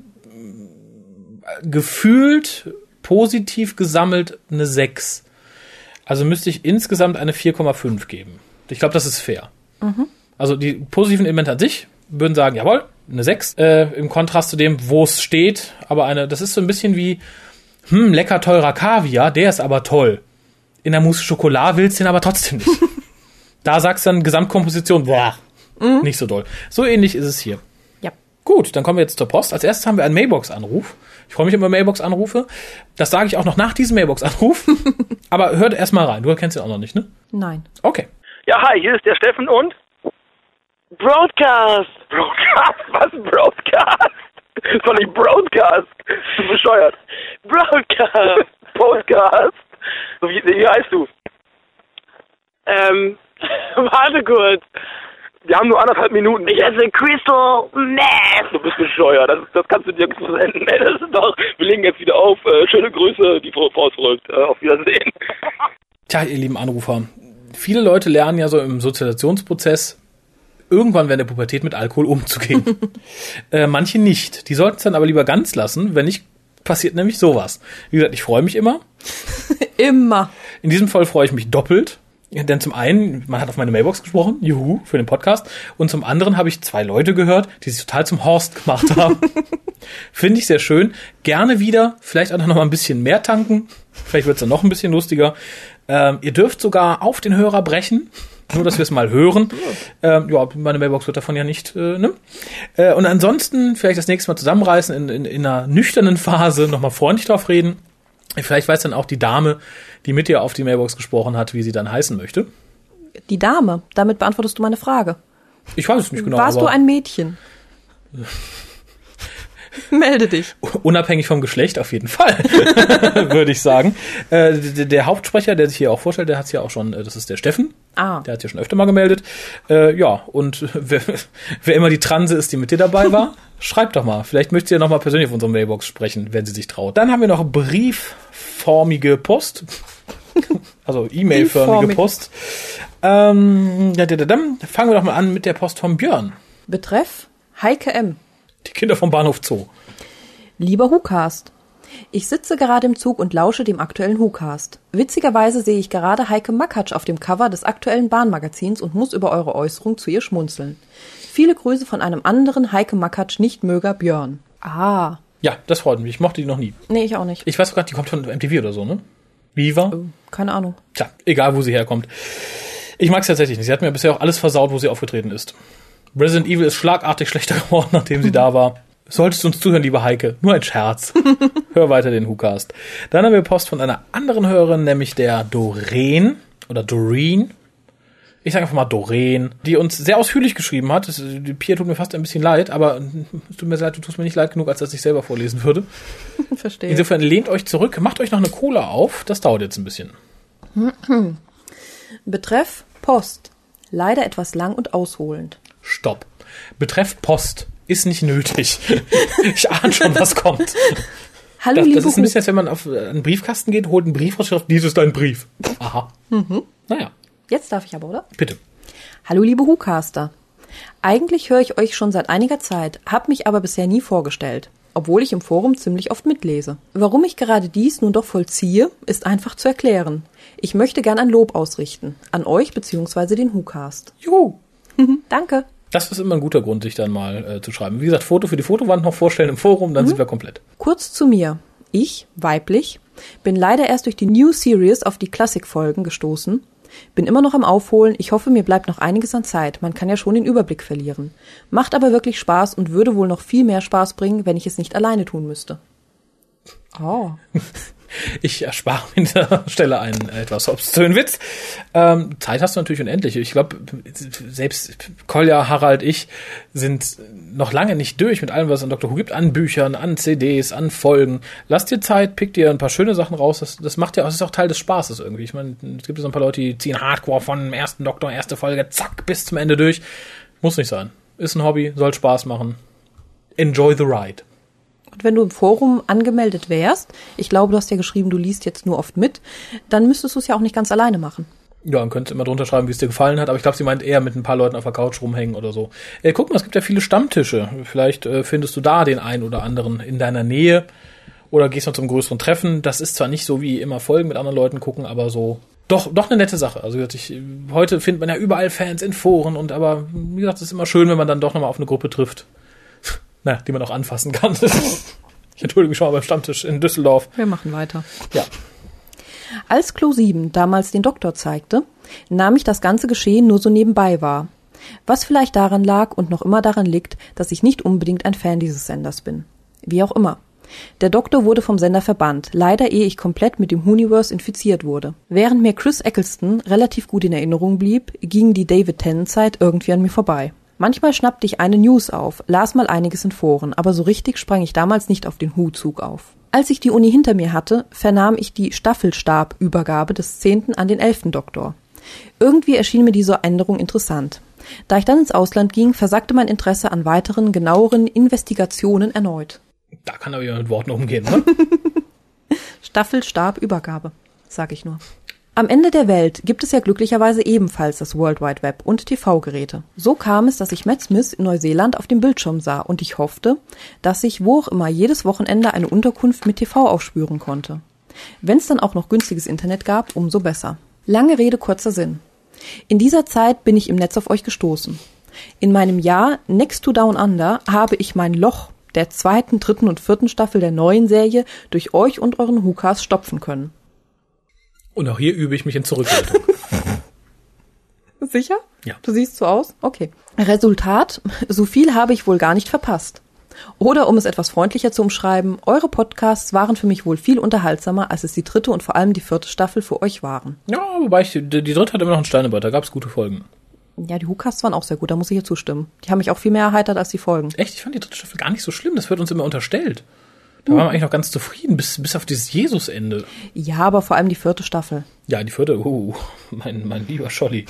gefühlt positiv gesammelt eine sechs. Also müsste ich insgesamt eine vier Komma fünf geben. Ich glaube, das ist fair. Mhm. Also die positiven Elemente an sich würden sagen, jawohl, eine sechs. Äh, im Kontrast zu dem, wo es steht. Aber eine, das ist so ein bisschen wie, hm, lecker teurer Kaviar, der ist aber toll. In der Mousse Schokolade willst du den aber trotzdem nicht. Da sagst du dann Gesamtkomposition, boah, mhm. nicht so doll. So ähnlich ist es hier. Ja. Gut, dann kommen wir jetzt zur Post. Als erstes haben wir einen Mailbox-Anruf. Ich freue mich immer über Mailbox-Anrufe. Das sage ich auch noch nach diesem Mailbox-Anruf. Aber hört erst mal rein. Du kennst ihn auch noch nicht, ne? Nein. Okay. Ja, hi, hier ist der Steffen und... Broadcast! Broadcast? Was? Broadcast? Das ist doch nicht Broadcast. Du bist bescheuert. Broadcast! Podcast! So, wie, wie heißt du? Ähm, warte kurz. Wir haben nur anderthalb Minuten. Ich esse Crystal Meth. Du bist bescheuert. Das, das kannst du dir nicht versenden. Nee, das ist doch... Wir legen jetzt wieder auf. Äh, schöne Grüße, die Frau Faust folgt. Äh, auf Wiedersehen. Tja, ihr lieben Anrufer. Viele Leute lernen ja so im Sozialisationsprozess irgendwann während der Pubertät mit Alkohol umzugehen. äh, manche nicht. Die sollten es dann aber lieber ganz lassen. Wenn nicht, passiert nämlich sowas. Wie gesagt, ich freue mich immer. Immer. In diesem Fall freue ich mich doppelt. Denn zum einen, man hat auf meine Mailbox gesprochen, juhu, für den Podcast. Und zum anderen habe ich zwei Leute gehört, die sich total zum Horst gemacht haben. Finde ich sehr schön. Gerne wieder, vielleicht auch noch mal ein bisschen mehr tanken. Vielleicht wird es dann noch ein bisschen lustiger. Ähm, ihr dürft sogar auf den Hörer brechen. Nur, dass wir es mal hören. Ähm, ja, meine Mailbox wird davon ja nicht, äh, ne? Äh, und ansonsten vielleicht das nächste Mal zusammenreißen, in, in, in einer nüchternen Phase nochmal freundlich drauf reden. Vielleicht weiß dann auch die Dame, die mit dir auf die Mailbox gesprochen hat, wie sie dann heißen möchte. Die Dame, damit beantwortest du meine Frage. Ich weiß es nicht genau. Warst aber du ein Mädchen? Melde dich. Unabhängig vom Geschlecht auf jeden Fall, würde ich sagen. Äh, der, der Hauptsprecher, der sich hier auch vorstellt, der hat es ja auch schon, das ist der Steffen. Ah. Der hat ja schon öfter mal gemeldet. Äh, ja, und wer, wer immer die Transe ist, die mit dir dabei war, schreibt doch mal. Vielleicht möchtet ihr noch mal persönlich auf unserer Mailbox sprechen, wenn sie sich traut. Dann haben wir noch briefformige Post. Also E-Mail-förmige Post. Ähm, da, da, da, da. Fangen wir doch mal an mit der Post von Björn. Betreff Heike M. Die Kinder vom Bahnhof Zoo. Lieber WhoCast, ich sitze gerade im Zug und lausche dem aktuellen WhoCast. Witzigerweise sehe ich gerade Heike Makatsch auf dem Cover des aktuellen Bahnmagazins und muss über eure Äußerung zu ihr schmunzeln. Viele Grüße von einem anderen Heike Makatsch Nichtmöger Björn. Ah. Ja, das freut mich. Ich mochte die noch nie. Nee, ich auch nicht. Ich weiß sogar, die kommt von M T V oder so, ne? Viva? Oh, keine Ahnung. Tja, egal, wo sie herkommt. Ich mag sie tatsächlich nicht. Sie hat mir bisher auch alles versaut, wo sie aufgetreten ist. Resident Evil ist schlagartig schlechter geworden, nachdem sie da war. Solltest du uns zuhören, liebe Heike. Nur ein Scherz. Hör weiter den WhoCast. Dann haben wir Post von einer anderen Hörerin, nämlich der Doreen oder Doreen. ich sage einfach mal Doreen, die uns sehr ausführlich geschrieben hat. Das, die Pia tut mir fast ein bisschen leid, aber es tut mir leid, du tust mir nicht leid genug, als dass ich selber vorlesen würde. Verstehe. Insofern lehnt euch zurück, macht euch noch eine Cola auf. Das dauert jetzt ein bisschen. Betreff Post. Leider etwas lang und ausholend. Stopp. Betreff Post ist nicht nötig. Ich ahne schon, was kommt. Hallo, das, liebe das ist ein Hu- bisschen, als wenn man auf einen Briefkasten geht, holt einen Brief raus, schreibt, dies ist dein Brief. Aha. Mhm. Naja, Jetzt darf ich aber, oder? bitte. Hallo, liebe WhoCaster. Eigentlich höre ich euch schon seit einiger Zeit, habe mich aber bisher nie vorgestellt, obwohl ich im Forum ziemlich oft mitlese. Warum ich gerade dies nun doch vollziehe, ist einfach zu erklären. Ich möchte gern ein Lob ausrichten, an euch bzw. den WhoCast. Juhu. Danke. Das ist immer ein guter Grund, sich dann mal äh, zu schreiben. Wie gesagt, Foto für die Fotowand noch vorstellen im Forum, dann sind wir komplett. Kurz zu mir. Ich, weiblich, bin leider erst durch die New Series auf die Classic-Folgen gestoßen. Bin immer noch am Aufholen. Ich hoffe, mir bleibt noch einiges an Zeit. Man kann ja schon den Überblick verlieren. Macht aber wirklich Spaß und würde wohl noch viel mehr Spaß bringen, wenn ich es nicht alleine tun müsste. Oh. Ich erspare mir an dieser Stelle einen etwas obszönen Witz. Ähm, Zeit hast du natürlich unendlich. Ich glaube, selbst Kolja, Harald, ich sind noch lange nicht durch mit allem, was es an Doktor Who gibt, an Büchern, an C Ds, an Folgen. Lass dir Zeit, pick dir ein paar schöne Sachen raus. Das, das macht ja, das ist auch Teil des Spaßes irgendwie. Ich meine, es gibt so ein paar Leute, die ziehen Hardcore von dem ersten Doktor, erste Folge, zack, bis zum Ende durch. Muss nicht sein. Ist ein Hobby, soll Spaß machen. Enjoy the ride. Und wenn du im Forum angemeldet wärst, ich glaube, du hast ja geschrieben, du liest jetzt nur oft mit, dann müsstest du es ja auch nicht ganz alleine machen. Ja, dann könntest du immer drunter schreiben, wie es dir gefallen hat. Aber ich glaube, sie meint eher mit ein paar Leuten auf der Couch rumhängen oder so. Äh, guck mal, es gibt ja viele Stammtische. Vielleicht äh, findest du da den einen oder anderen in deiner Nähe. Oder gehst noch zum größeren Treffen. Das ist zwar nicht so wie immer Folgen mit anderen Leuten gucken, aber so doch doch eine nette Sache. Also wie gesagt, ich, heute findet man ja überall Fans in Foren. und Aber wie gesagt, es ist immer schön, wenn man dann doch nochmal auf eine Gruppe trifft. Na, die man auch anfassen kann. Ich entschuldige mich schon mal beim Stammtisch in Düsseldorf. Wir machen weiter. Ja. Als Klo sieben damals den Doktor zeigte, nahm ich das ganze Geschehen nur so nebenbei wahr. Was vielleicht daran lag und noch immer daran liegt, dass ich nicht unbedingt ein Fan dieses Senders bin. Wie auch immer. Der Doktor wurde vom Sender verbannt, leider ehe ich komplett mit dem Whoniverse infiziert wurde. Während mir Chris Eccleston relativ gut in Erinnerung blieb, ging die David Tennant-Zeit irgendwie an mir vorbei. Manchmal schnappte ich eine News auf, las mal einiges in Foren, aber so richtig sprang ich damals nicht auf den Who-Zug auf. Als ich die Uni hinter mir hatte, vernahm ich die Staffelstabübergabe des zehnten an den elften Doktor. Irgendwie erschien mir diese Änderung interessant. Da ich dann ins Ausland ging, versagte mein Interesse an weiteren, genaueren Investigationen erneut. Da kann aber jemand mit Worten umgehen, ne? Staffelstabübergabe, sag ich nur. Am Ende der Welt gibt es ja glücklicherweise ebenfalls das World Wide Web und T V-Geräte. So kam es, dass ich Matt Smith in Neuseeland auf dem Bildschirm sah und ich hoffte, dass ich wo auch immer jedes Wochenende eine Unterkunft mit T V aufspüren konnte. Wenn es dann auch noch günstiges Internet gab, umso besser. Lange Rede, kurzer Sinn. In dieser Zeit bin ich im Netz auf euch gestoßen. In meinem Jahr Next to Down Under habe ich mein Loch der zweiten, dritten und vierten Staffel der neuen Serie durch euch und euren WhoCast stopfen können. Und auch hier übe ich mich in Zurückhaltung. Sicher? Ja. Du siehst so aus? Okay. Resultat, so viel habe ich wohl gar nicht verpasst. Oder um es etwas freundlicher zu umschreiben, eure Podcasts waren für mich wohl viel unterhaltsamer, als es die dritte und vor allem die vierte Staffel für euch waren. Ja, wobei ich, die, die dritte hat immer noch ein Steinebrett, da gab es gute Folgen. Ja, die WhoCasts waren auch sehr gut, da muss ich ihr zustimmen. Die haben mich auch viel mehr erheitert als die Folgen. Echt? Ich fand die dritte Staffel gar nicht so schlimm, das wird uns immer unterstellt. Da waren wir eigentlich noch ganz zufrieden, bis, bis auf dieses Jesus-Ende. Ja, aber vor allem die vierte Staffel. Ja, die vierte, uh, mein, mein lieber Scholli.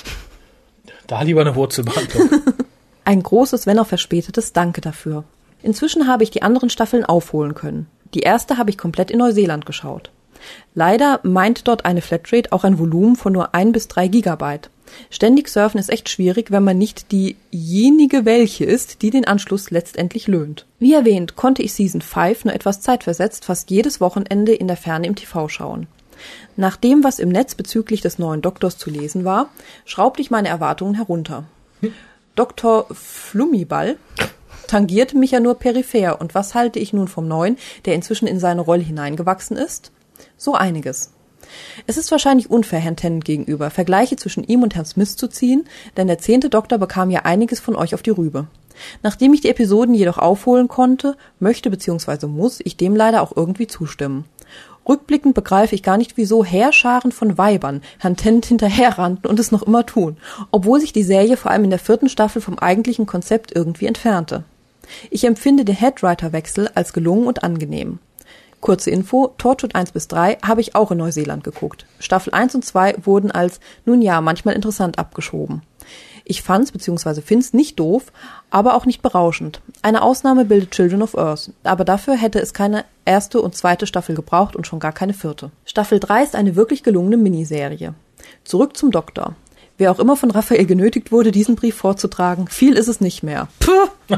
Da lieber eine Wurzelbehandlung. Ein großes, wenn auch verspätetes Danke dafür. Inzwischen habe ich die anderen Staffeln aufholen können. Die erste habe ich komplett in Neuseeland geschaut. Leider meint dort eine Flatrate auch ein Volumen von nur ein bis drei Gigabyte. Ständig surfen ist echt schwierig, wenn man nicht diejenige welche ist, die den Anschluss letztendlich löhnt. Wie erwähnt, konnte ich Season fünf nur etwas zeitversetzt fast jedes Wochenende in der Ferne im T V schauen. Nach dem, was im Netz bezüglich des neuen Doktors zu lesen war, schraubte ich meine Erwartungen herunter. Hm. Doktor Flummiball tangierte mich ja nur peripher, und was halte ich nun vom Neuen, der inzwischen in seine Rolle hineingewachsen ist? So einiges. Es ist wahrscheinlich unfair Herrn Tennant gegenüber, Vergleiche zwischen ihm und Herrn Smith zu ziehen, denn der zehnte Doktor bekam ja einiges von euch auf die Rübe. Nachdem ich die Episoden jedoch aufholen konnte, möchte bzw. muss ich dem leider auch irgendwie zustimmen. Rückblickend begreife ich gar nicht, wieso Heerscharen von Weibern Herrn Tennant hinterherrannten und es noch immer tun, obwohl sich die Serie vor allem in der vierten Staffel vom eigentlichen Konzept irgendwie entfernte. Ich empfinde den Headwriter-Wechsel als gelungen und angenehm. Kurze Info, Torchwood eins bis drei habe ich auch in Neuseeland geguckt. Staffel eins und zwei wurden als, nun ja, manchmal interessant abgeschoben. Ich fand's bzw. find's nicht doof, aber auch nicht berauschend. Eine Ausnahme bildet Children of Earth, aber dafür hätte es keine erste und zweite Staffel gebraucht und schon gar keine vierte. Staffel drei ist eine wirklich gelungene Miniserie. Zurück zum Doktor. Wer auch immer von Raphael genötigt wurde, diesen Brief vorzutragen, viel ist es nicht mehr. Puh.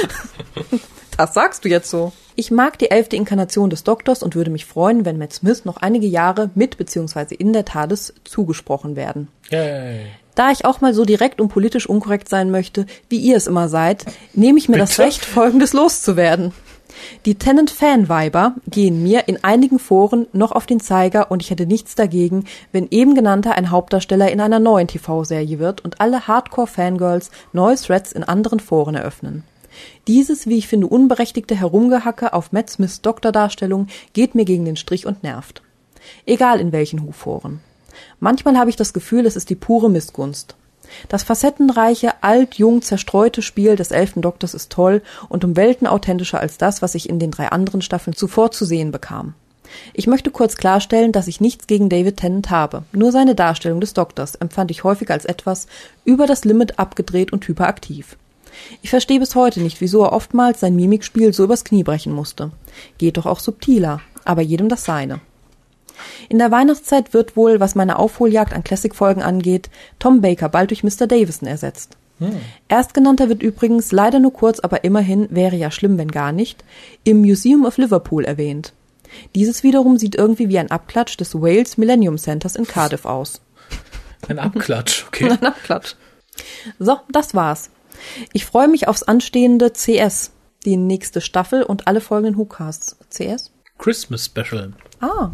Das sagst du jetzt so. Ich mag die elfte Inkarnation des Doktors und würde mich freuen, wenn Matt Smith noch einige Jahre mit bzw. in der TARDIS zugesprochen werden. Yay. Da ich auch mal so direkt und politisch unkorrekt sein möchte, wie ihr es immer seid, nehme ich mir Bitte? das Recht, Folgendes loszuwerden. Die Tennant-Fan-Weiber gehen mir in einigen Foren noch auf den Zeiger und ich hätte nichts dagegen, wenn eben genannter ein Hauptdarsteller in einer neuen T V-Serie wird und alle Hardcore-Fangirls neue Threads in anderen Foren eröffnen. Dieses, wie ich finde, unberechtigte Herumgehacke auf Matt Smiths Doktordarstellung geht mir gegen den Strich und nervt. Egal in welchen Who-Foren. Manchmal habe ich das Gefühl, es ist die pure Missgunst. Das facettenreiche, alt-jung zerstreute Spiel des elften Doktors ist toll und um Welten authentischer als das, was ich in den drei anderen Staffeln zuvor zu sehen bekam. Ich möchte kurz klarstellen, dass ich nichts gegen David Tennant habe. Nur seine Darstellung des Doktors empfand ich häufig als etwas über das Limit abgedreht und hyperaktiv. Ich verstehe bis heute nicht, wieso er oftmals sein Mimikspiel so übers Knie brechen musste. Geht doch auch subtiler, aber jedem das seine. In der Weihnachtszeit wird wohl, was meine Aufholjagd an Classic-Folgen angeht, Tom Baker bald durch Mister Davison ersetzt. Hm. Erstgenannter wird übrigens, leider nur kurz, aber immerhin, wäre ja schlimm, wenn gar nicht, im Museum of Liverpool erwähnt. Dieses wiederum sieht irgendwie wie ein Abklatsch des Wales Millennium Centers in Cardiff aus. Ein Abklatsch, okay. Ein Abklatsch. So, das war's. Ich freue mich aufs anstehende C S, die nächste Staffel und alle folgenden Whocasts. C S? Christmas Special. Ah.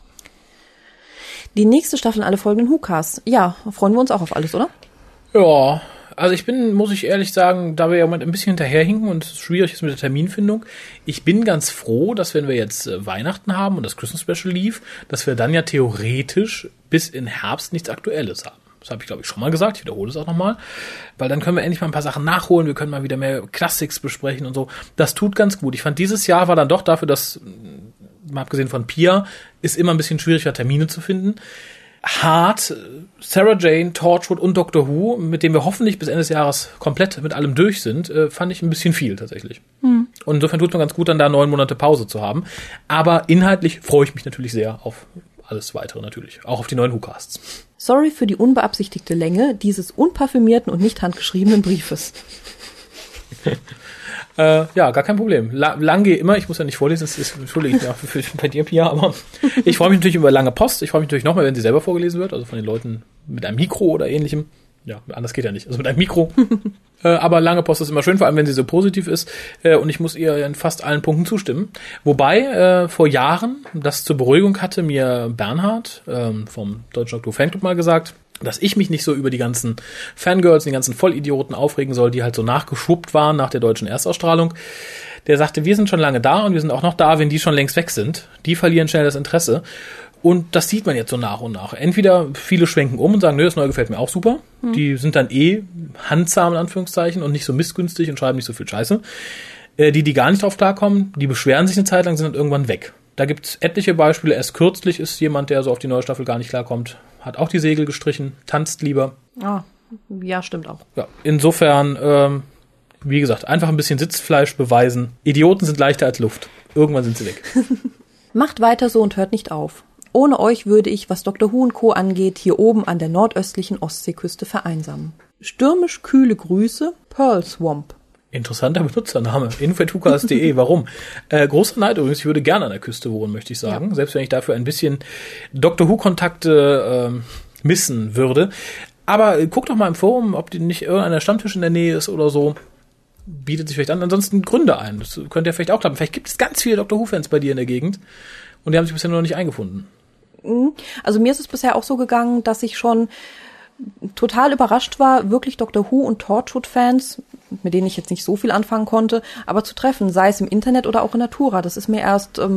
Die nächste Staffel und alle folgenden Whocasts. Ja, freuen wir uns auch auf alles, oder? Ja, also ich bin, muss ich ehrlich sagen, da wir ja im Moment ein bisschen hinterherhinken und es schwierig ist mit der Terminfindung, ich bin ganz froh, dass wenn wir jetzt äh, Weihnachten haben und das Christmas Special lief, dass wir dann ja theoretisch bis in Herbst nichts Aktuelles haben. Das habe ich, glaube ich, schon mal gesagt. Ich wiederhole es auch nochmal. Weil dann können wir endlich mal ein paar Sachen nachholen. Wir können mal wieder mehr Classics besprechen und so. Das tut ganz gut. Ich fand, dieses Jahr war dann doch dafür, dass, mal abgesehen von Pia, ist immer ein bisschen schwieriger, Termine zu finden. Hart, Sarah Jane, Torchwood und Doctor Who, mit dem wir hoffentlich bis Ende des Jahres komplett mit allem durch sind, fand ich ein bisschen viel tatsächlich. Hm. Und insofern tut es mir ganz gut, dann da neun Monate Pause zu haben. Aber inhaltlich freue ich mich natürlich sehr auf alles Weitere natürlich. Auch auf die neuen Whocasts. Sorry für die unbeabsichtigte Länge dieses unparfümierten und nicht handgeschriebenen Briefes. äh, ja, gar kein Problem. La- lang gehe immer, ich muss ja nicht vorlesen, das ist, entschuldige ich, ja, für, für, bei dir, Pia, aber ich freue mich natürlich über lange Post. Ich freue mich natürlich nochmal, wenn sie selber vorgelesen wird, also von den Leuten mit einem Mikro oder ähnlichem. Ja, anders geht ja nicht, also mit einem Mikro. äh, aber lange Post ist immer schön, vor allem wenn sie so positiv ist. Äh, und ich muss ihr in fast allen Punkten zustimmen. Wobei äh, vor Jahren, das zur Beruhigung hatte mir Bernhard ähm, vom Deutschen Doktor Fanclub mal gesagt, dass ich mich nicht so über die ganzen Fangirls, die ganzen Vollidioten aufregen soll, die halt so nachgeschwuppt waren nach der deutschen Erstausstrahlung. Der sagte, wir sind schon lange da und wir sind auch noch da, wenn die schon längst weg sind. Die verlieren schnell das Interesse. Und das sieht man jetzt so nach und nach. Entweder viele schwenken um und sagen, nö, das Neue gefällt mir auch super. Hm. Die sind dann eh handzahm, in Anführungszeichen, und nicht so missgünstig und schreiben nicht so viel Scheiße. Äh, die, die gar nicht drauf klarkommen, die beschweren sich eine Zeit lang, sind dann irgendwann weg. Da gibt's etliche Beispiele. Erst kürzlich ist jemand, der so auf die neue Staffel gar nicht klarkommt, hat auch die Segel gestrichen, tanzt lieber. Ah, ja, stimmt auch. Ja, insofern, ähm, wie gesagt, einfach ein bisschen Sitzfleisch beweisen. Idioten sind leichter als Luft. Irgendwann sind sie weg. Macht weiter so und hört nicht auf. Ohne euch würde ich, was Doktor Who und Co. angeht, hier oben an der nordöstlichen Ostseeküste vereinsamen. Stürmisch kühle Grüße, Pearl Swamp. Interessanter Benutzername. info at whocast punkt de. Warum? Äh, großer Neid übrigens. Ich würde gerne an der Küste wohnen, möchte ich sagen. Ja. Selbst wenn ich dafür ein bisschen Doctor Who-Kontakte äh, missen würde. Aber äh, guck doch mal im Forum, ob die nicht irgendeiner Stammtisch in der Nähe ist oder so. Bietet sich vielleicht an. Ansonsten Gründe ein. Das könnte ja vielleicht auch klappen. Vielleicht gibt es ganz viele Doctor Who-Fans bei dir in der Gegend. Und die haben sich bisher noch nicht eingefunden. Also mir ist es bisher auch so gegangen, dass ich schon total überrascht war, wirklich Doctor Who und Torchwood-Fans, mit denen ich jetzt nicht so viel anfangen konnte, aber zu treffen, sei es im Internet oder auch in Natura. Das ist mir erst ähm,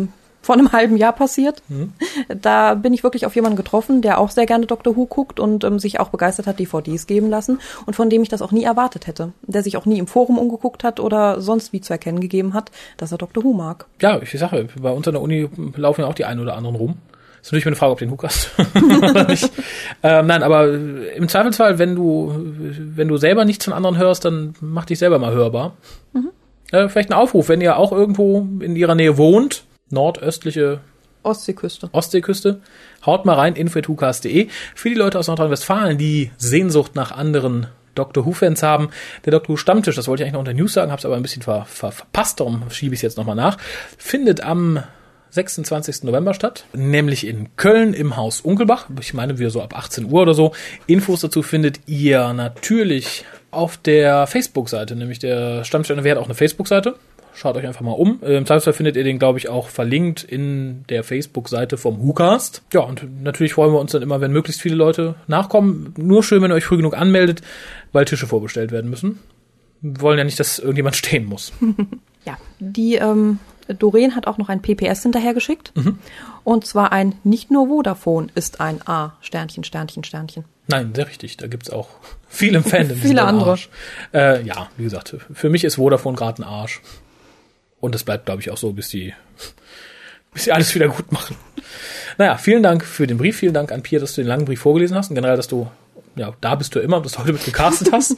vor einem halben Jahr passiert. Mhm. Da bin ich wirklich auf jemanden getroffen, der auch sehr gerne Doctor Who guckt und ähm, sich auch begeistert hat, D V Ds geben lassen und von dem ich das auch nie erwartet hätte. Der sich auch nie im Forum umgeguckt hat oder sonst wie zu erkennen gegeben hat, dass er Doctor Who mag. Ja, ich sage, bei uns an der Uni laufen ja auch die einen oder anderen rum. Ist natürlich eine Frage, ob du den Hook hast oder nicht. Ähm, nein, aber im Zweifelsfall, wenn du wenn du selber nichts von anderen hörst, dann mach dich selber mal hörbar. Mhm. Äh, vielleicht ein Aufruf, wenn ihr auch irgendwo in ihrer Nähe wohnt, nordöstliche Ostseeküste. Ostseeküste, haut mal rein, info at hucast punkt de. Für die Leute aus Nordrhein-Westfalen, die Sehnsucht nach anderen Doctor Who-Fans haben, der Doctor Who Stammtisch, das wollte ich eigentlich noch unter News sagen, habe es aber ein bisschen ver, ver, verpasst, darum schiebe ich es jetzt nochmal nach, findet am sechsundzwanzigsten November statt, nämlich in Köln im Haus Unkelbach. Ich meine, wir so ab achtzehn Uhr oder so. Infos dazu findet ihr natürlich auf der Facebook-Seite, nämlich der Stammtisch N R W hat auch eine Facebook-Seite. Schaut euch einfach mal um. Im Zweifelsfall findet ihr den, glaube ich, auch verlinkt in der Facebook-Seite vom WhoCast. Ja, und natürlich freuen wir uns dann immer, wenn möglichst viele Leute nachkommen. Nur schön, wenn ihr euch früh genug anmeldet, weil Tische vorbestellt werden müssen. Wir wollen ja nicht, dass irgendjemand stehen muss. Ja, die ähm, Doreen hat auch noch ein P P S hinterhergeschickt. Mhm. Und zwar ein nicht nur Vodafone ist ein A, Sternchen, Sternchen, Sternchen. Nein, sehr richtig. Da gibt's auch viele im Fandom. Viele andere. Äh, ja, wie gesagt, für mich ist Vodafone gerade ein Arsch. Und das bleibt, glaube ich, auch so, bis die, bis die alles wieder gut machen. Naja, vielen Dank für den Brief. Vielen Dank an Pia, dass du den langen Brief vorgelesen hast. Und generell, dass du, ja, da bist du immer, dass du heute mit gecastet hast.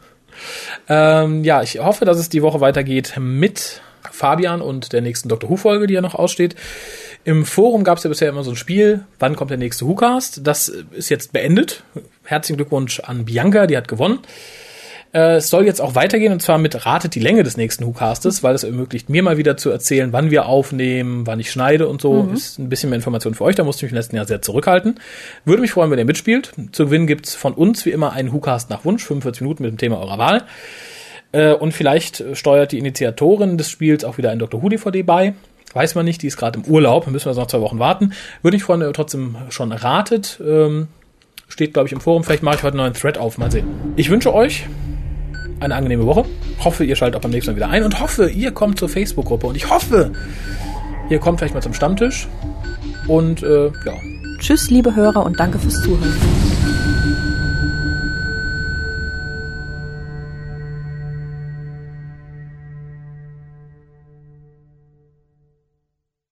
ähm, ja, ich hoffe, dass es die Woche weitergeht mit Fabian und der nächsten Doctor Who-Folge, die ja noch aussteht. Im Forum gab es ja bisher immer so ein Spiel, wann kommt der nächste WhoCast? Das ist jetzt beendet. Herzlichen Glückwunsch an Bianca, die hat gewonnen. Äh, es soll jetzt auch weitergehen, und zwar mit Ratet die Länge des nächsten WhoCastes, weil es ermöglicht, mir mal wieder zu erzählen, wann wir aufnehmen, wann ich schneide und so. Mhm. Ist ein bisschen mehr Information für euch, da musste ich mich im letzten Jahr sehr zurückhalten. Würde mich freuen, wenn ihr mitspielt. Zu gewinnen gibt's von uns wie immer einen WhoCast nach Wunsch, fünfundvierzig Minuten mit dem Thema eurer Wahl. Äh, und vielleicht steuert die Initiatorin des Spiels auch wieder ein Doctor Who D V D bei. Weiß man nicht, die ist gerade im Urlaub, müssen wir also noch zwei Wochen warten. Würde mich freuen, wenn ihr trotzdem schon ratet. Ähm, steht, glaube ich, im Forum. Vielleicht mache ich heute noch einen Thread auf, mal sehen. Ich wünsche euch eine angenehme Woche. Hoffe, ihr schaltet auch beim nächsten Mal wieder ein und hoffe, ihr kommt zur Facebook-Gruppe und ich hoffe, ihr kommt vielleicht mal zum Stammtisch und äh, ja. Tschüss, liebe Hörer, und danke fürs Zuhören.